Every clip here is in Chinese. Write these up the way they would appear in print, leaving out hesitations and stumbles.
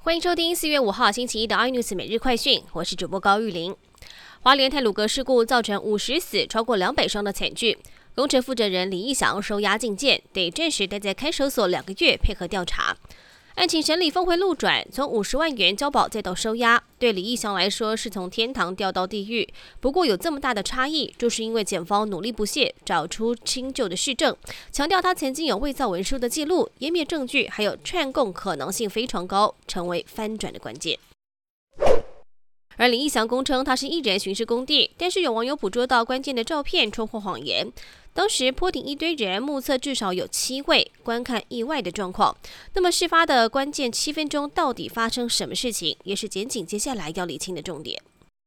欢迎收听4月5号星期一的 iNews 每日快讯，我是主播高玉玲。花莲太鲁阁事故造成50死、超过200伤的惨剧，工程负责人李义祥收押禁见，得暂时待在看守所2个月配合调查。案情审理峰回路转，从50万元交保再到收押，对李义祥来说是从天堂掉到地狱。不过有这么大的差异，就是因为检方努力不懈，找出新旧的事证，强调他曾经有伪造文书的记录，湮灭证据，还有串供可能性非常高，成为翻转的关键。而李义祥供称他是一人巡视工地，但是有网友捕捉到关键的照片，戳破谎言。当时坡顶一堆人，目测至少有7位观看意外的状况。那么事发的关键7分钟到底发生什么事情，也是检警接下来要理清的重点。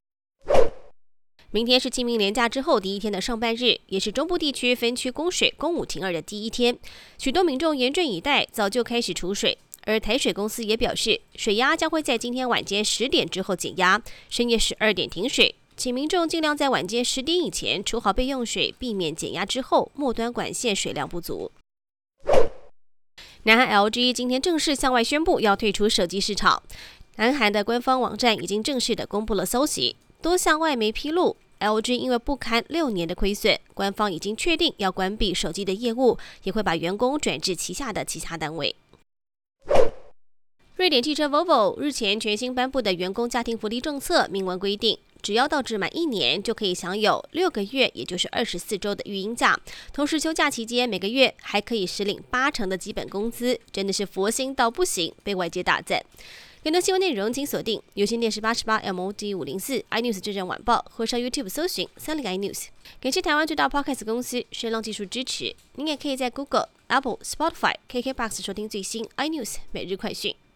明天是清明连假之后第一天的上班日，也是中部地区分区供水、供5停2的第一天，许多民众严阵以待，早就开始储水。而台水公司也表示，水压将会在今天晚间10点之后减压，深夜12点停水，请民众尽量在晚间10点以前储好备用水，避免减压之后末端管线水量不足。南韩 LG 今天正式向外宣布要退出手机市场，南韩的官方网站已经正式的公布了消息，多项外媒披露，LG 因为不堪6年的亏损，官方已经确定要关闭手机的业务，也会把员工转至旗下的其他单位。瑞典汽车 Volvo 日前全新颁布的员工家庭福利政策，明文规定，只要到职满1年，就可以享有6个月，也就是24周的育婴假，同时休假期间每个月还可以实领80%的基本工资，真的是佛心到不行，被外界大赞。更多新闻内容请锁定有线电视88 MOD 504 iNews 真人晚报，或上 YouTube 搜寻30个 iNews。感谢台湾最大 Podcast 公司声浪技术支持。您也可以在 Google、Apple、Spotify、KKBox 收听最新 iNews 每日快讯。